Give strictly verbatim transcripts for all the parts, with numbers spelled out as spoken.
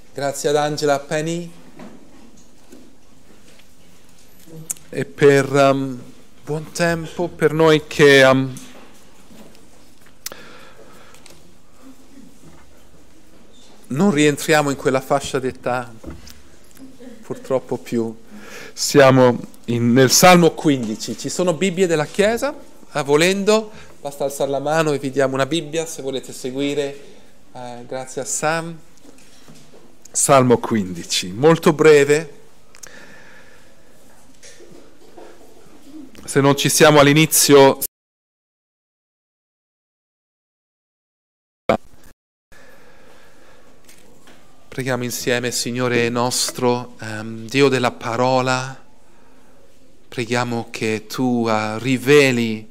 Grazie ad Angela Penny e per um, buon tempo per noi che um, non rientriamo in quella fascia d'età, purtroppo più. Siamo in, nel Salmo quindici. Ci sono Bibbie della Chiesa? Ah, volendo, basta alzare la mano e vi diamo una Bibbia se volete seguire. Eh, grazie a Sam. Salmo quindici, molto breve. Se non ci siamo all'inizio, preghiamo insieme. Signore nostro, ehm, Dio della parola, preghiamo che tu uh, riveli,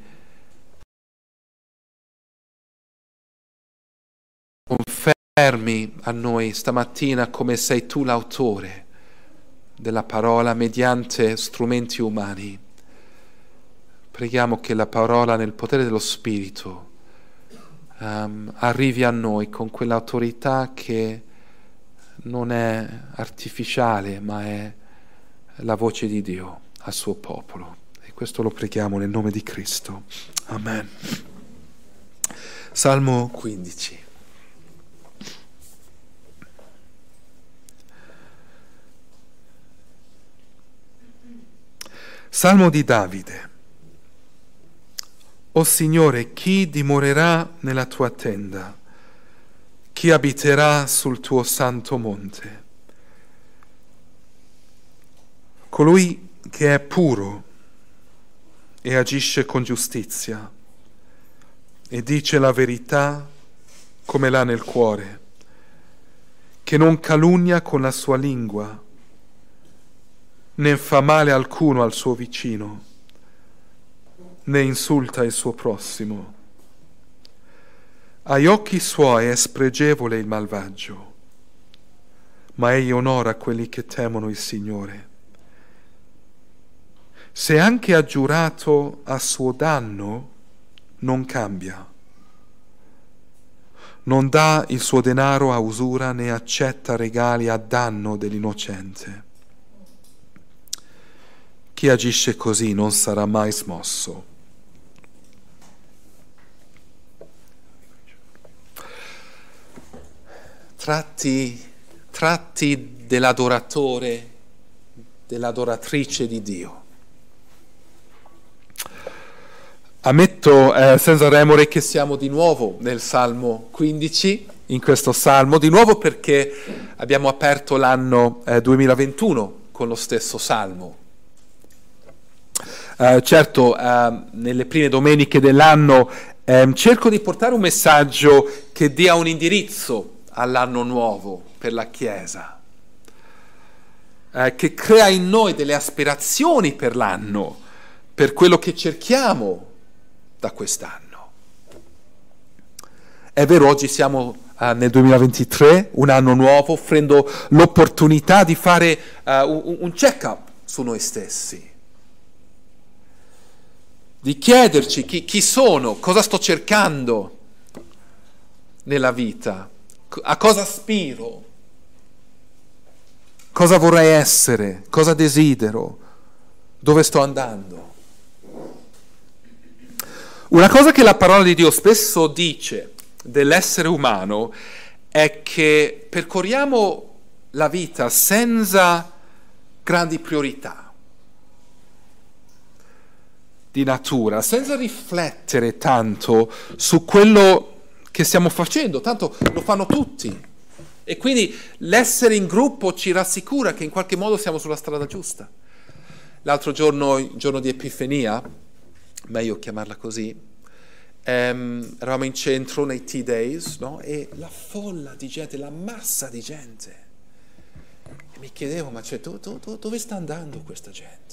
confermi a noi stamattina come sei tu l'autore della parola mediante strumenti umani. Preghiamo che la parola nel potere dello Spirito um, arrivi a noi con quell'autorità che non è artificiale, ma è la voce di Dio al suo popolo. E questo lo preghiamo nel nome di Cristo. Amen. Salmo quindici. Salmo di Davide. O Signore, chi dimorerà nella tua tenda? Chi abiterà sul tuo santo monte? Colui che è puro e agisce con giustizia e dice la verità come l'ha nel cuore, che non calunnia con la sua lingua, né fa male alcuno al suo vicino, né insulta il suo prossimo. Agli occhi suoi è spregevole il malvagio, ma egli onora quelli che temono il Signore. Se anche ha giurato a suo danno, non cambia. Non dà il suo denaro a usura, né accetta regali a danno dell'innocente. Chi agisce così non sarà mai smosso. Tratti, tratti dell'adoratore, dell'adoratrice di Dio. Ammetto eh, senza remore che siamo di nuovo nel Salmo quindici, in questo Salmo, di nuovo perché abbiamo aperto l'anno eh, duemilaventuno con lo stesso Salmo. Uh, certo, uh, nelle prime domeniche dell'anno um, cerco di portare un messaggio che dia un indirizzo all'anno nuovo per la Chiesa, uh, che crea in noi delle aspirazioni per l'anno, per quello che cerchiamo da quest'anno. È vero, oggi siamo uh, nel duemilaventitré, un anno nuovo, offrendo l'opportunità di fare uh, un, un check-up su noi stessi, di chiederci chi, chi sono, cosa sto cercando nella vita, a cosa aspiro, cosa vorrei essere, cosa desidero, dove sto andando. Una cosa che la parola di Dio spesso dice dell'essere umano è che percorriamo la vita senza grandi priorità di natura, senza riflettere tanto su quello che stiamo facendo, tanto lo fanno tutti. E quindi l'essere in gruppo ci rassicura che in qualche modo siamo sulla strada giusta. L'altro giorno, il giorno di Epifania, meglio chiamarla così, ehm, eravamo in centro nei Tea Days, no? E la folla di gente, la massa di gente. E mi chiedevo, ma cioè, do, do, do, dove sta andando questa gente?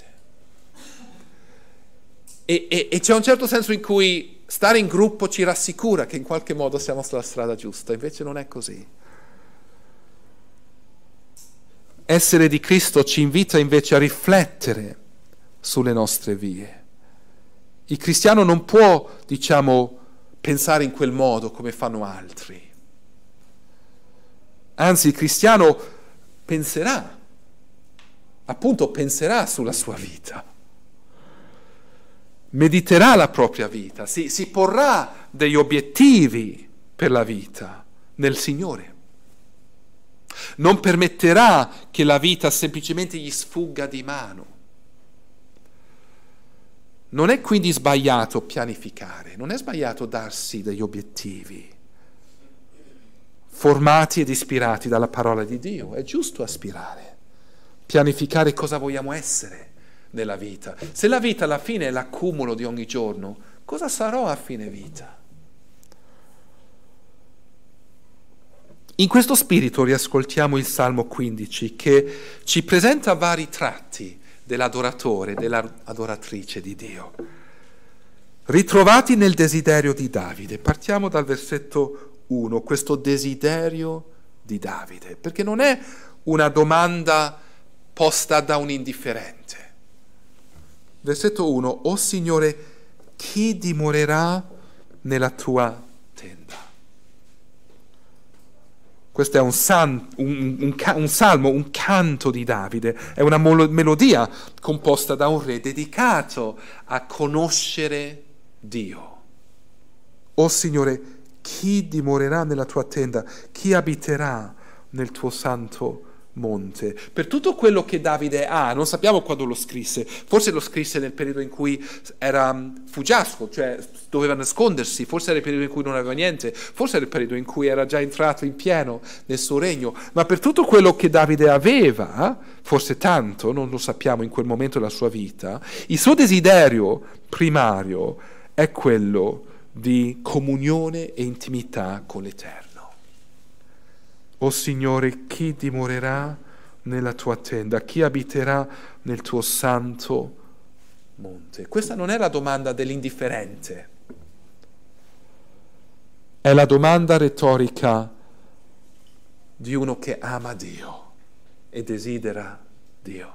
E, e, e c'è un certo senso in cui stare in gruppo ci rassicura che in qualche modo siamo sulla strada giusta, invece non è così. Essere di Cristo ci invita invece a riflettere sulle nostre vie. Il cristiano non può, diciamo, pensare in quel modo come fanno altri. Anzi, il cristiano penserà, appunto penserà sulla sua vita, mediterà la propria vita, si, si porrà degli obiettivi per la vita nel Signore. Non permetterà che la vita semplicemente gli sfugga di mano. Non è quindi sbagliato pianificare, non è sbagliato darsi degli obiettivi formati ed ispirati dalla parola di Dio. È giusto aspirare, pianificare cosa vogliamo essere nella vita. Se la vita alla fine è l'accumulo di ogni giorno, cosa sarò a fine vita? In questo spirito riascoltiamo il Salmo quindici, che ci presenta vari tratti dell'adoratore, dell'adoratrice di Dio, ritrovati nel desiderio di Davide. Partiamo dal versetto uno, questo desiderio di Davide, perché non è una domanda posta da un indifferente. Versetto uno, o Signore, chi dimorerà nella tua tenda? Questo è un, san, un, un, un salmo, un canto di Davide, è una melodia composta da un re dedicato a conoscere Dio. O Signore, chi dimorerà nella tua tenda? Chi abiterà nel tuo santo monte? Per tutto quello che Davide ha, non sappiamo quando lo scrisse, forse lo scrisse nel periodo in cui era fuggiasco, cioè doveva nascondersi, forse era il periodo in cui non aveva niente, forse era il periodo in cui era già entrato in pieno nel suo regno, ma per tutto quello che Davide aveva, forse tanto, non lo sappiamo in quel momento della sua vita, il suo desiderio primario è quello di comunione e intimità con l'Eterno. O Signore, chi dimorerà nella tua tenda? Chi abiterà nel tuo santo monte? Questa non è la domanda dell'indifferente, è la domanda retorica di uno che ama Dio e desidera Dio.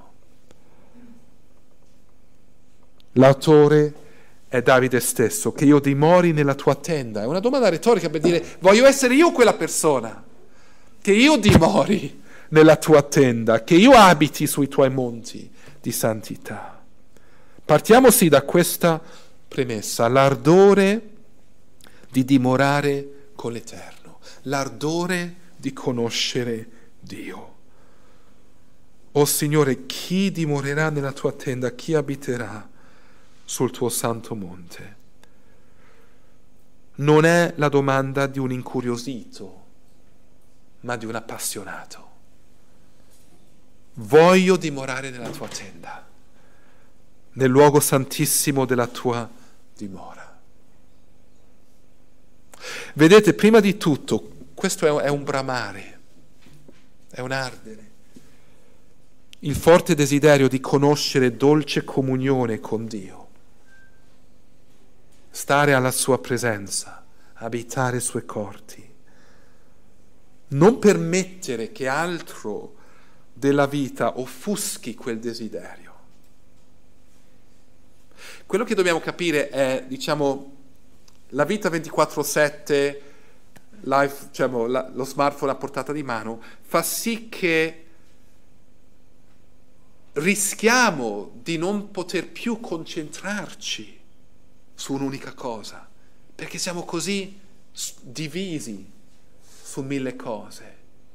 L'autore è Davide stesso, che io dimori nella tua tenda. È una domanda retorica per dire, voglio essere io quella persona, che io dimori nella tua tenda, che io abiti sui tuoi monti di santità. Partiamo sì da questa premessa, l'ardore di dimorare con l'Eterno, l'ardore di conoscere Dio. O Signore, chi dimorerà nella tua tenda, chi abiterà sul tuo santo monte? Non è la domanda di un incuriosito, ma di un appassionato. Voglio dimorare nella tua tenda, nel luogo santissimo della tua dimora. Vedete, prima di tutto, questo è un bramare, è un ardere, il forte desiderio di conoscere dolce comunione con Dio, stare alla sua presenza, abitare i suoi corti. Non permettere che altro della vita offuschi quel desiderio. Quello che dobbiamo capire è, diciamo, la vita ventiquattro sette, life, diciamo, la, lo smartphone a portata di mano, fa sì che rischiamo di non poter più concentrarci su un'unica cosa, perché siamo così divisi su mille cose.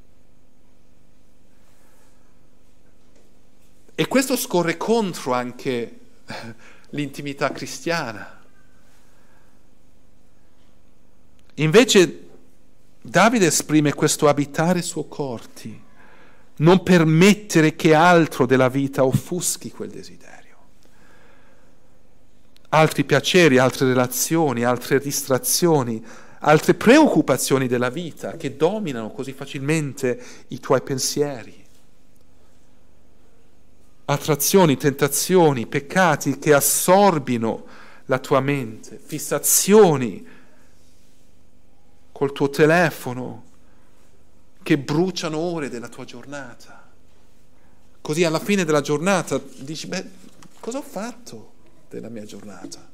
E questo scorre contro anche l'intimità cristiana. Invece Davide esprime questo abitare suoi corti, non permettere che altro della vita offuschi quel desiderio. Altri piaceri, altre relazioni, altre distrazioni, altre preoccupazioni della vita che dominano così facilmente i tuoi pensieri. Attrazioni, tentazioni, peccati che assorbino la tua mente, fissazioni col tuo telefono che bruciano ore della tua giornata. Così alla fine della giornata dici, beh, cosa ho fatto della mia giornata?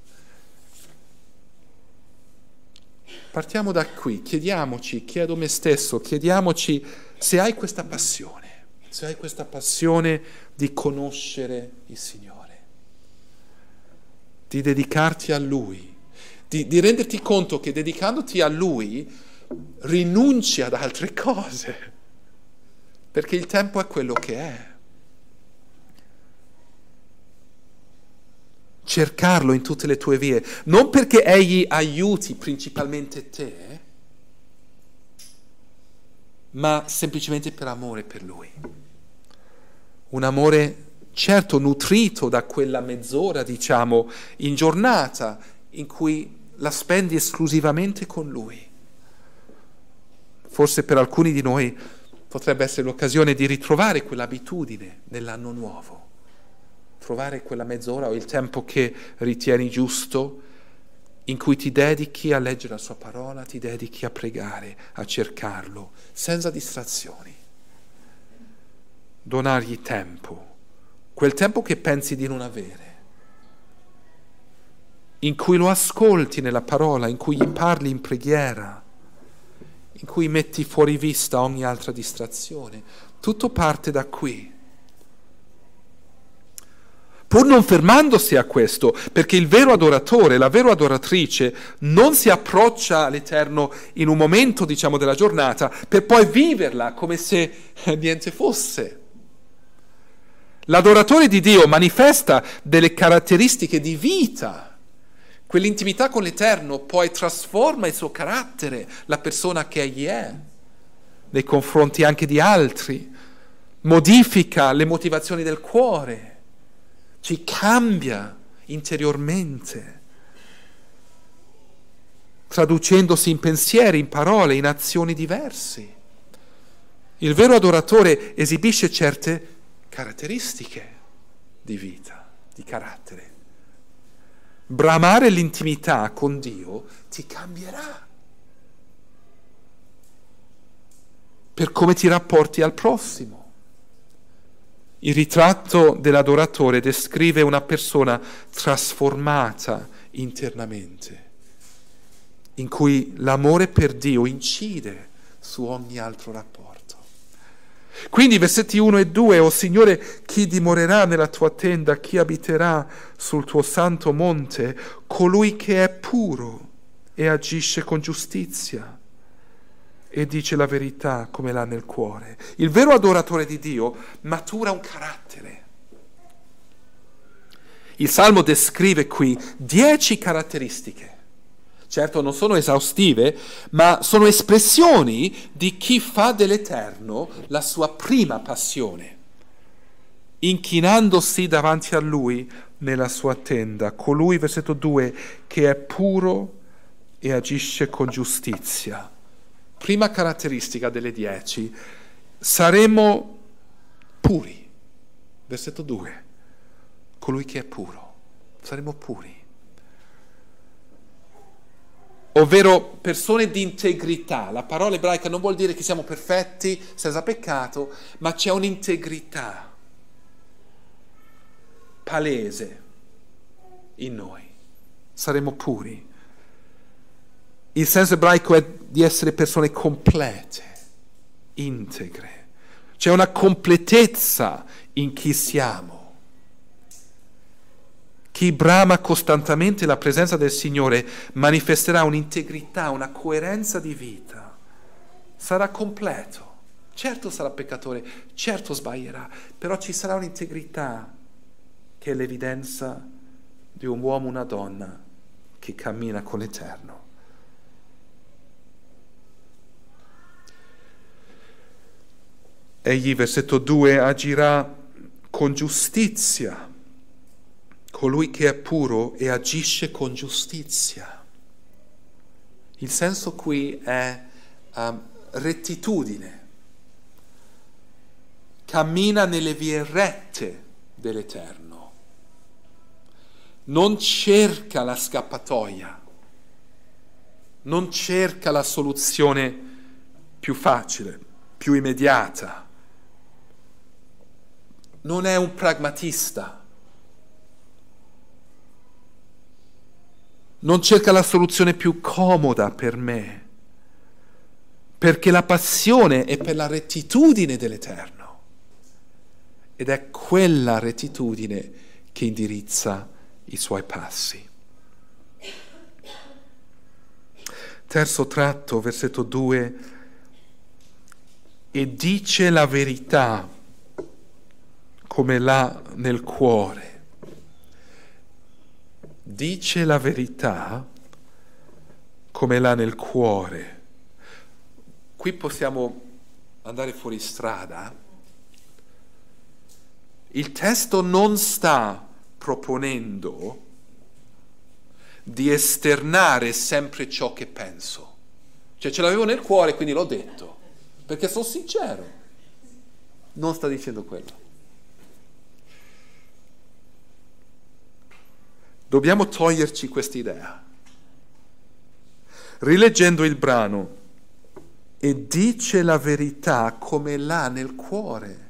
Partiamo da qui, chiediamoci, chiedo me stesso, chiediamoci se hai questa passione, se hai questa passione di conoscere il Signore, di dedicarti a Lui, di, di renderti conto che dedicandoti a Lui rinunci ad altre cose, perché il tempo è quello che è. Cercarlo in tutte le tue vie, non perché Egli aiuti principalmente te, ma semplicemente per amore per Lui. Un amore certo nutrito da quella mezz'ora, diciamo, in giornata in cui la spendi esclusivamente con Lui. Forse per alcuni di noi potrebbe essere l'occasione di ritrovare quell'abitudine nell'anno nuovo. Trovare quella mezz'ora o il tempo che ritieni giusto in cui ti dedichi a leggere la sua parola, ti dedichi a pregare, a cercarlo, senza distrazioni. Donargli tempo, quel tempo che pensi di non avere, in cui lo ascolti nella parola, in cui gli parli in preghiera, in cui metti fuori vista ogni altra distrazione. Tutto parte da qui. Pur non fermandosi a questo, perché il vero adoratore, la vera adoratrice non si approccia all'Eterno in un momento, diciamo, della giornata per poi viverla come se niente fosse. L'adoratore di Dio manifesta delle caratteristiche di vita. Quell'intimità con l'Eterno poi trasforma il suo carattere, la persona che egli è, nei confronti anche di altri, modifica le motivazioni del cuore, ci cambia interiormente, traducendosi in pensieri, in parole, in azioni diverse. Il vero adoratore esibisce certe caratteristiche di vita, di carattere. Bramare l'intimità con Dio ti cambierà per come ti rapporti al prossimo. Il ritratto dell'adoratore descrive una persona trasformata internamente, in cui l'amore per Dio incide su ogni altro rapporto. Quindi versetti uno e due, o Signore, chi dimorerà nella tua tenda, chi abiterà sul tuo santo monte? Colui che è puro e agisce con giustizia e dice la verità come l'ha nel cuore. Il vero adoratore di Dio matura un carattere. Il Salmo descrive qui dieci caratteristiche. Certo non sono esaustive, ma sono espressioni di chi fa dell'Eterno la sua prima passione, inchinandosi davanti a Lui nella sua tenda. Colui, versetto due, che è puro e agisce con giustizia. Prima caratteristica delle dieci, saremo puri. Versetto due, colui che è puro, saremo puri. Ovvero persone di integrità. La parola ebraica non vuol dire che siamo perfetti, senza peccato, ma c'è un'integrità palese in noi. Saremo puri. Il senso ebraico è di essere persone complete, integre. C'è una completezza in chi siamo. Chi brama costantemente la presenza del Signore manifesterà un'integrità, una coerenza di vita. Sarà completo. Certo sarà peccatore, certo sbaglierà, però ci sarà un'integrità che è l'evidenza di un uomo o una donna che cammina con l'Eterno. Egli, versetto due, agirà con giustizia, colui che è puro e agisce con giustizia. Il senso qui è um, rettitudine. Cammina nelle vie rette dell'Eterno. Non cerca la scappatoia, non cerca la soluzione più facile, più immediata. Non è un pragmatista. Non cerca la soluzione più comoda per me, perché la passione è per la rettitudine dell'Eterno. ed è quella rettitudine che indirizza i suoi passi. Terzo tratto, versetto due, e dice la verità come l'ha nel cuore. Dice la verità come l'ha nel cuore. Qui possiamo andare fuori strada. Il testo non sta proponendo di esternare sempre ciò che penso. Cioè ce l'avevo nel cuore, quindi l'ho detto, perché sono sincero. Non sta dicendo quello. Dobbiamo toglierci quest'idea. Rileggendo il brano, e dice la verità come l'ha nel cuore.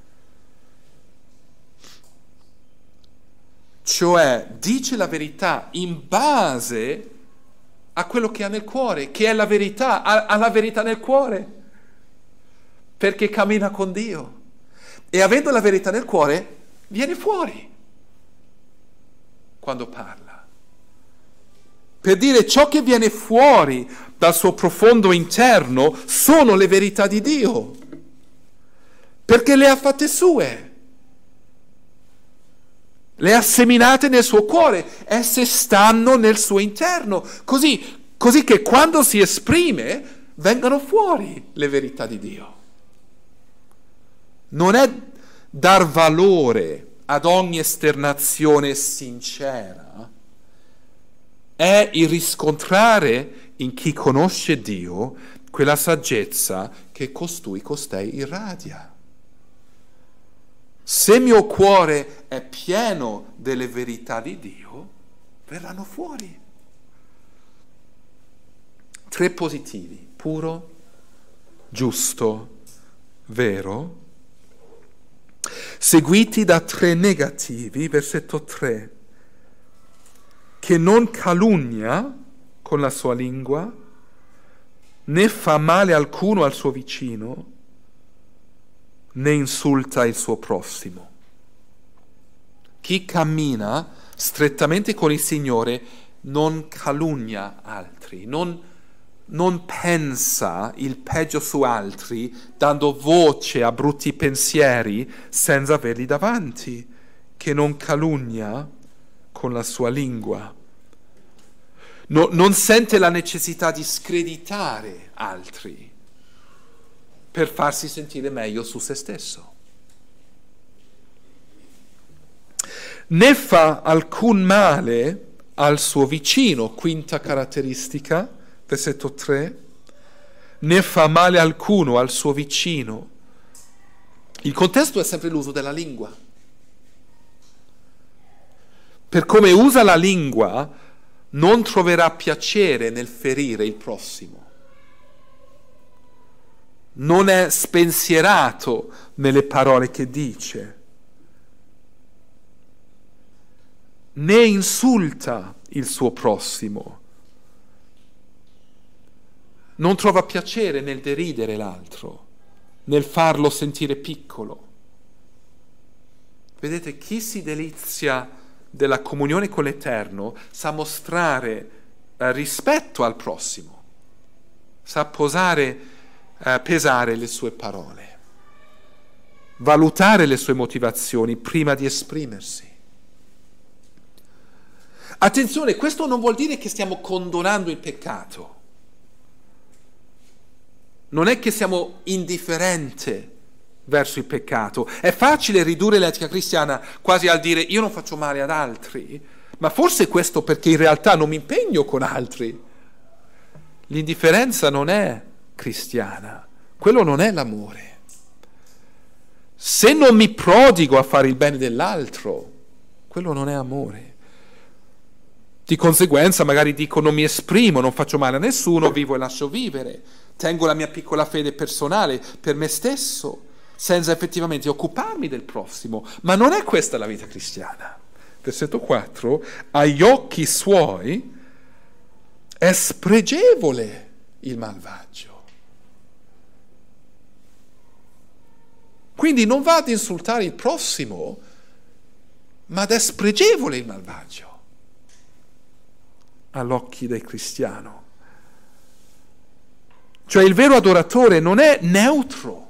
Cioè, dice la verità in base a quello che ha nel cuore, che è la verità, ha, ha la verità nel cuore, perché cammina con Dio. E avendo la verità nel cuore, viene fuori quando parla. Per dire ciò che viene fuori dal suo profondo interno sono le verità di Dio, perché le ha fatte sue. Le ha seminate nel suo cuore, esse stanno nel suo interno, così, così che quando si esprime vengano fuori le verità di Dio. Non è dar valore ad ogni esternazione sincera, è il riscontrare in chi conosce Dio quella saggezza che costui costei irradia. Se mio cuore è pieno delle verità di Dio, verranno fuori. Tre positivi: puro, giusto, vero, seguiti da tre negativi, versetto tre, che non calunnia con la sua lingua, né fa male alcuno al suo vicino, né insulta il suo prossimo. Chi cammina strettamente con il Signore non calunnia altri, non, non pensa il peggio su altri, dando voce a brutti pensieri senza averli davanti, che non calunnia con la sua lingua. No, non sente la necessità di screditare altri per farsi sentire meglio su se stesso. Né fa alcun male al suo vicino, quinta caratteristica, versetto tre, né fa male alcuno al suo vicino. Il contesto è sempre l'uso della lingua. Per come usa la lingua, non troverà piacere nel ferire il prossimo. Non è spensierato nelle parole che dice, né insulta il suo prossimo, non trova piacere nel deridere l'altro, nel farlo sentire piccolo. Vedete, chi si delizia della comunione con l'Eterno sa mostrare eh, rispetto al prossimo, sa posare Uh, pesare le sue parole, valutare le sue motivazioni prima di esprimersi. Attenzione, questo non vuol dire che stiamo condonando il peccato. Non è che siamo indifferenti verso il peccato. È facile ridurre l'etica cristiana quasi al dire io non faccio male ad altri, ma forse questo perché in realtà non mi impegno con altri. L'indifferenza non è cristiana, quello non è l'amore. Se non mi prodigo a fare il bene dell'altro, quello non è amore. Di conseguenza magari dico non mi esprimo, non faccio male a nessuno, vivo e lascio vivere, tengo la mia piccola fede personale per me stesso, senza effettivamente occuparmi del prossimo, ma non è questa la vita cristiana. Versetto quattro, agli occhi suoi è spregevole il malvagio. Quindi non va ad insultare il prossimo, ma ad è spregevole il malvagio all'occhio del cristiano. Cioè il vero adoratore non è neutro,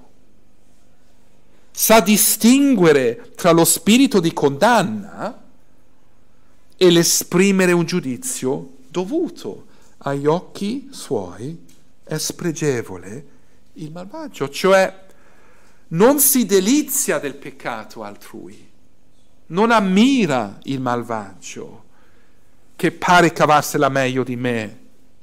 sa distinguere tra lo spirito di condanna e l'esprimere un giudizio dovuto. Agli occhi suoi è spregevole il malvagio, cioè non si delizia del peccato altrui, non ammira il malvagio che pare cavarsela meglio di me,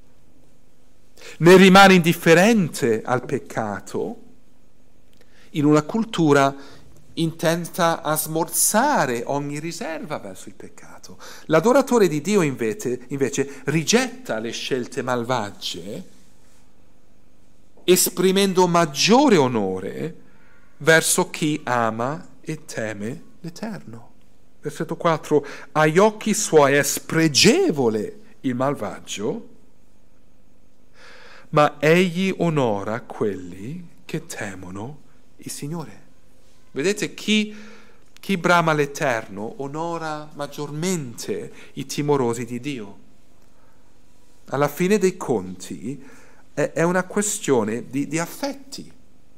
ne rimane indifferente al peccato in una cultura intenta a smorzare ogni riserva verso il peccato. L'adoratore di Dio invece, invece rigetta le scelte malvagie, esprimendo maggiore onore verso chi ama e teme l'Eterno. Versetto quattro, agli occhi suoi è spregevole il malvagio, ma egli onora quelli che temono il Signore. Vedete, chi, chi brama l'Eterno onora maggiormente i timorosi di Dio. Alla fine dei conti è, è una questione di, di affetti.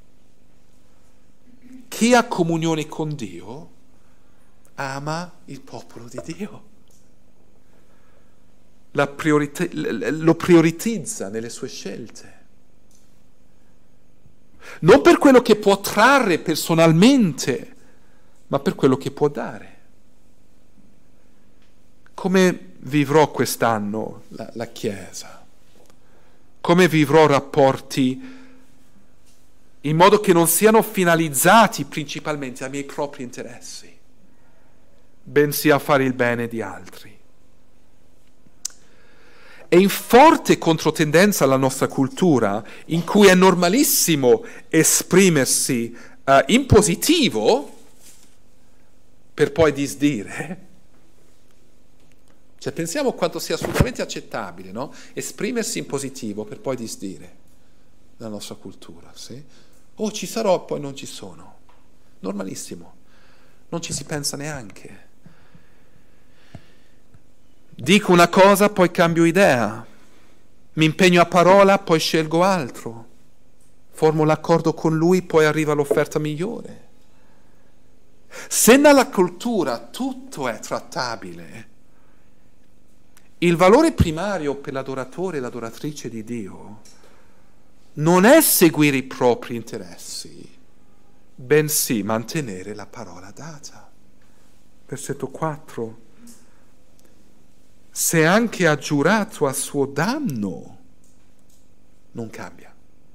Chi ha comunione con Dio ama il popolo di Dio. La priorita- lo prioritizza nelle sue scelte. Non per quello che può trarre personalmente, ma per quello che può dare. Come vivrò quest'anno la, la Chiesa? Come vivrò rapporti in modo che non siano finalizzati principalmente ai miei propri interessi, bensì a fare il bene di altri? È in forte controtendenza alla nostra cultura, in cui è normalissimo esprimersi uh, in positivo per poi disdire. Cioè pensiamo quanto sia assolutamente accettabile, no? Esprimersi in positivo per poi disdire nella nostra cultura, sì? Oh, ci sarò, poi non ci sono. Normalissimo. Non ci si pensa neanche. Dico una cosa, poi cambio idea. Mi impegno a parola, poi scelgo altro. Formo l'accordo con lui, poi arriva l'offerta migliore. Se nella cultura tutto è trattabile, il valore primario per l'adoratore e l'adoratrice di Dio non è seguire i propri interessi, bensì mantenere la parola data. Versetto quattro. Se anche ha giurato a suo danno, non cambia.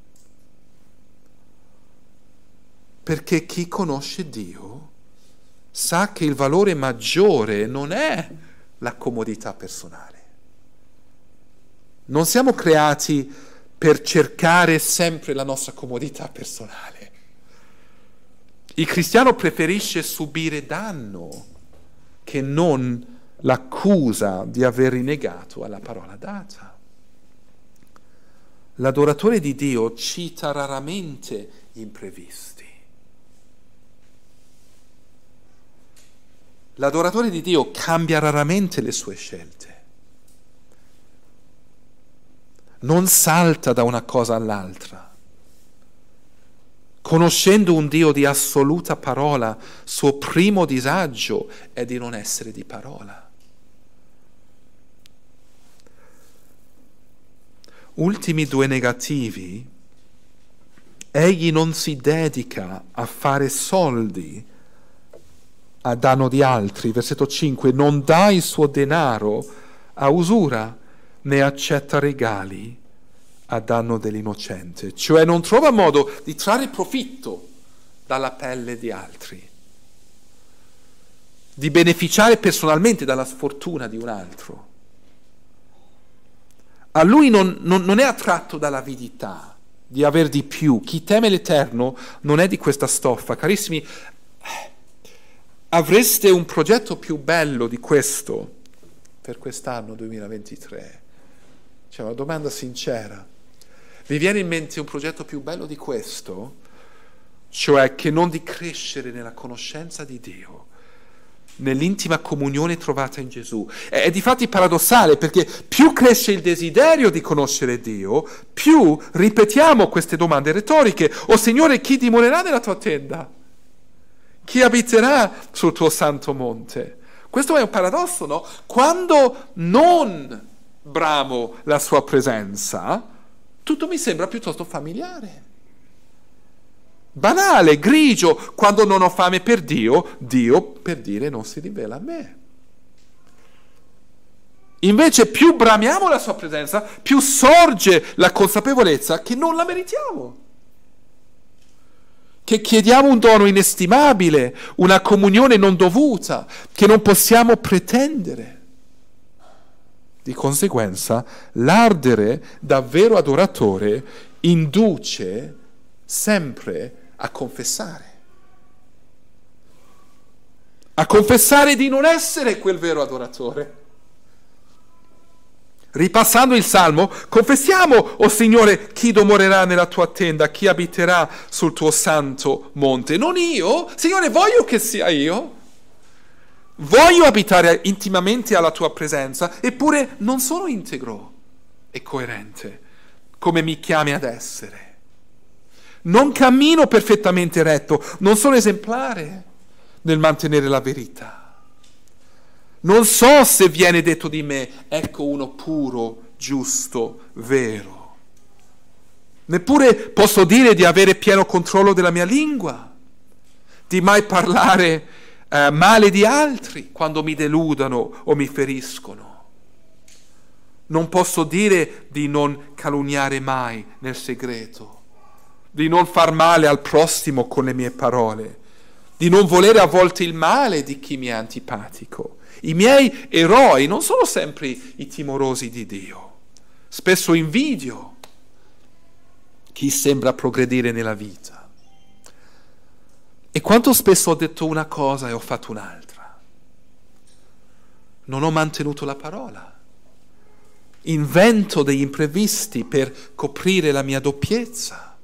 Perché chi conosce Dio sa che il valore maggiore non è la comodità personale. Non siamo creati per cercare sempre la nostra comodità personale. Il cristiano preferisce subire danno che non l'accusa di aver rinnegato alla parola data. L'adoratore di Dio cita raramente imprevisti. L'adoratore di Dio cambia raramente le sue scelte. Non salta da una cosa all'altra. Conoscendo un Dio di assoluta parola, suo primo disagio è di non essere di parola. Ultimi due negativi, egli non si dedica a fare soldi a danno di altri. Versetto cinque, non dà il suo denaro a usura, né accetta regali a danno dell'innocente. Cioè non trova modo di trarre profitto dalla pelle di altri, di beneficiare personalmente dalla sfortuna di un altro. A lui non, non, non è attratto dall'avidità, di aver di più. Chi teme l'Eterno non è di questa stoffa. Carissimi, avreste un progetto più bello di questo per quest'anno duemilaventitré? C'è una domanda sincera. Vi viene in mente un progetto più bello di questo? cioè che non di crescere nella conoscenza di Dio, nell'intima comunione trovata in Gesù. È, è difatti paradossale, perché più cresce il desiderio di conoscere Dio, più ripetiamo queste domande retoriche. O Signore, chi dimorerà nella tua tenda? Chi abiterà sul tuo santo monte? Questo è un paradosso, no? Quando non bramo la sua presenza, tutto mi sembra piuttosto familiare, banale, grigio. Quando non ho fame per Dio, Dio, per dire, non si rivela a me. Invece più bramiamo la sua presenza, più sorge la consapevolezza che non la meritiamo, che chiediamo un dono inestimabile, una comunione non dovuta, che non possiamo pretendere. Di conseguenza, l'ardere da vero adoratore induce sempre a confessare. A confessare di non essere quel vero adoratore. Ripassando il Salmo, confessiamo, o Signore, chi dimorerà nella tua tenda, chi abiterà sul tuo santo monte. Non io, Signore, voglio che sia io. Voglio abitare intimamente alla tua presenza, eppure non sono integro e coerente come mi chiami ad essere. Non cammino perfettamente retto, non sono esemplare nel mantenere la verità. Non so se viene detto di me, ecco uno puro, giusto, vero. Neppure posso dire di avere pieno controllo della mia lingua, di mai parlare eh, male di altri quando mi deludano o mi feriscono. Non posso dire di non calunniare mai nel segreto, di non far male al prossimo con le mie parole, di non volere a volte il male di chi mi è antipatico. I miei eroi non sono sempre i timorosi di Dio. Spesso invidio chi sembra progredire nella vita. E quanto spesso ho detto una cosa e ho fatto un'altra. Non ho mantenuto la parola. Invento degli imprevisti per coprire la mia doppiezza,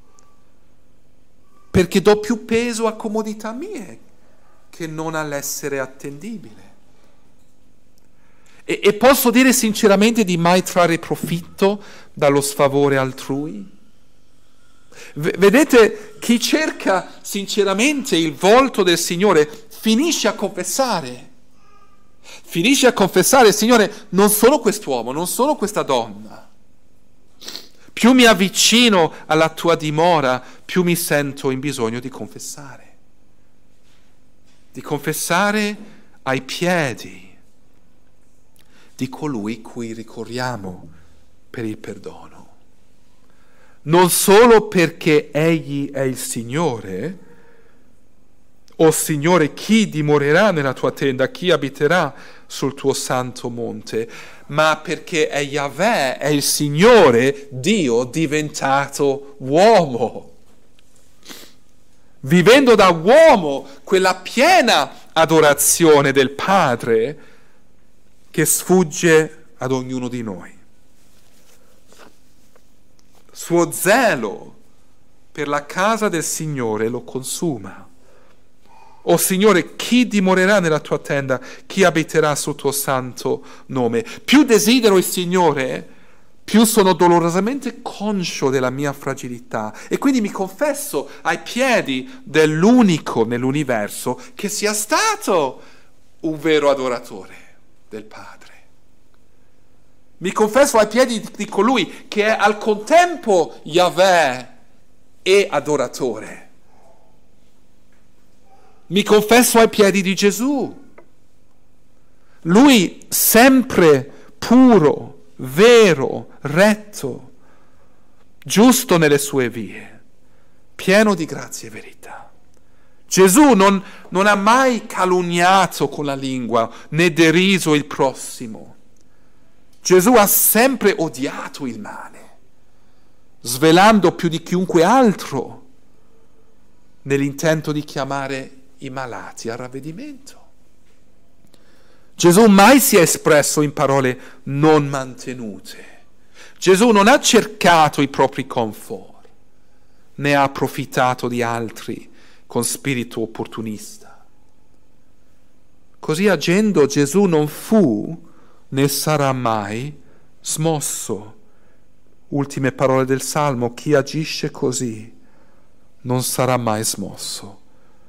perché do più peso a comodità mie che non all'essere attendibile. E, e posso dire sinceramente di mai trarre profitto dallo sfavore altrui? V- vedete, chi cerca sinceramente il volto del Signore finisce a confessare. Finisce a confessare, Signore, non sono quest'uomo, non sono questa donna. Più mi avvicino alla tua dimora, più mi sento in bisogno di confessare. Di confessare ai piedi di colui cui ricorriamo per il perdono. Non solo perché Egli è il Signore, o Signore, chi dimorerà nella tua tenda, chi abiterà sul tuo santo monte, ma perché è Yahweh, è il Signore, Dio diventato uomo, vivendo da uomo quella piena adorazione del Padre che sfugge ad ognuno di noi. Suo zelo per la casa del Signore lo consuma. O Signore, chi dimorerà nella tua tenda, chi abiterà sul tuo santo nome? Più desidero il Signore, più sono dolorosamente conscio della mia fragilità e quindi mi confesso ai piedi dell'unico nell'universo che sia stato un vero adoratore del Padre. Mi confesso ai piedi di colui che è al contempo Yahweh e adoratore. Mi confesso ai piedi di Gesù. Lui sempre puro, vero, retto, giusto nelle sue vie, pieno di grazia e verità. Gesù non, non ha mai calunniato con la lingua né deriso il prossimo. Gesù ha sempre odiato il male, svelando più di chiunque altro nell'intento di chiamare i malati al ravvedimento. Gesù mai si è espresso in parole non mantenute. Gesù non ha cercato i propri comfort, né ha approfittato di altri con spirito opportunista. Così agendo Gesù non fu né sarà mai smosso. Ultime parole del Salmo: chi agisce così non sarà mai smosso.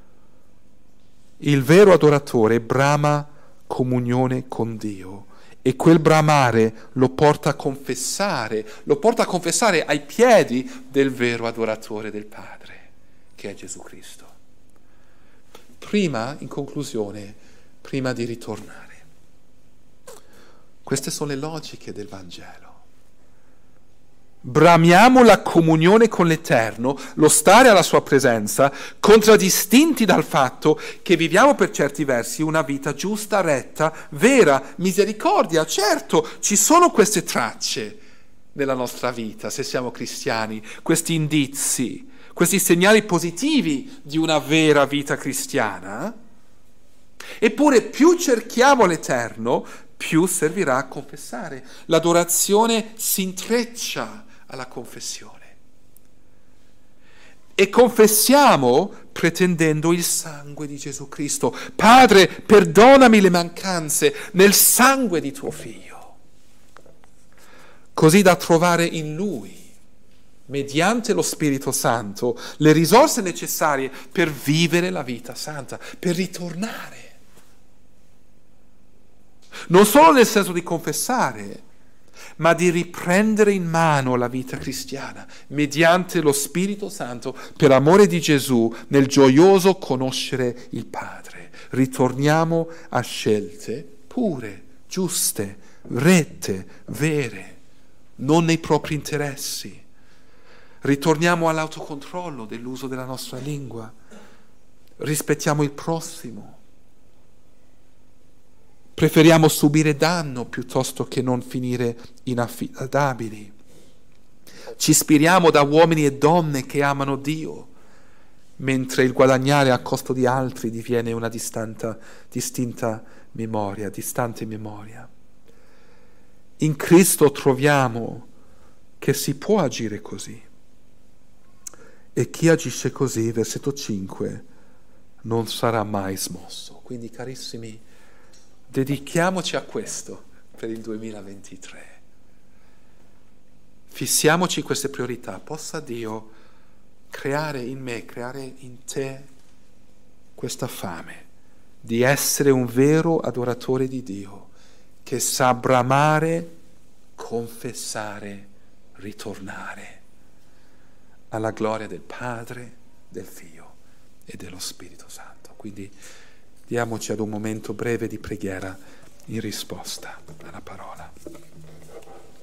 Il vero adoratore brama comunione con Dio e quel bramare lo porta a confessare, lo porta a confessare ai piedi del vero adoratore del Padre, che è Gesù Cristo. Prima, in conclusione, prima di ritornare, queste sono le logiche del Vangelo. Bramiamo la comunione con l'Eterno, lo stare alla sua presenza, contraddistinti dal fatto che viviamo per certi versi una vita giusta, retta, vera, misericordia. Certo, ci sono queste tracce nella nostra vita, se siamo cristiani, questi indizi, questi segnali positivi di una vera vita cristiana. Eppure più cerchiamo l'Eterno, più servirà a confessare. L'adorazione si intreccia alla confessione. E confessiamo pretendendo il sangue di Gesù Cristo. Padre, perdonami le mancanze nel sangue di tuo Figlio, così da trovare in Lui, mediante lo Spirito Santo, le risorse necessarie per vivere la vita santa, per ritornare. Non solo nel senso di confessare, ma di riprendere in mano la vita cristiana mediante lo Spirito Santo per amore di Gesù nel gioioso conoscere il Padre. Ritorniamo a scelte pure, giuste, rette, vere, non nei propri interessi. Ritorniamo all'autocontrollo dell'uso della nostra lingua. Rispettiamo il prossimo. Preferiamo subire danno piuttosto che non finire inaffidabili. Ci ispiriamo da uomini e donne che amano Dio, mentre il guadagnare a costo di altri diviene una distanta, distinta memoria, distante memoria. In Cristo troviamo che si può agire così. E chi agisce così, versetto cinque, non sarà mai smosso. Quindi, carissimi, dedichiamoci a questo per il duemilaventitré. Fissiamoci queste priorità. Possa Dio creare in me, creare in te questa fame di essere un vero adoratore di Dio, che sa bramare, confessare, ritornare alla gloria del Padre, del Figlio e dello Spirito Santo. Quindi diamoci ad un momento breve di preghiera in risposta alla parola.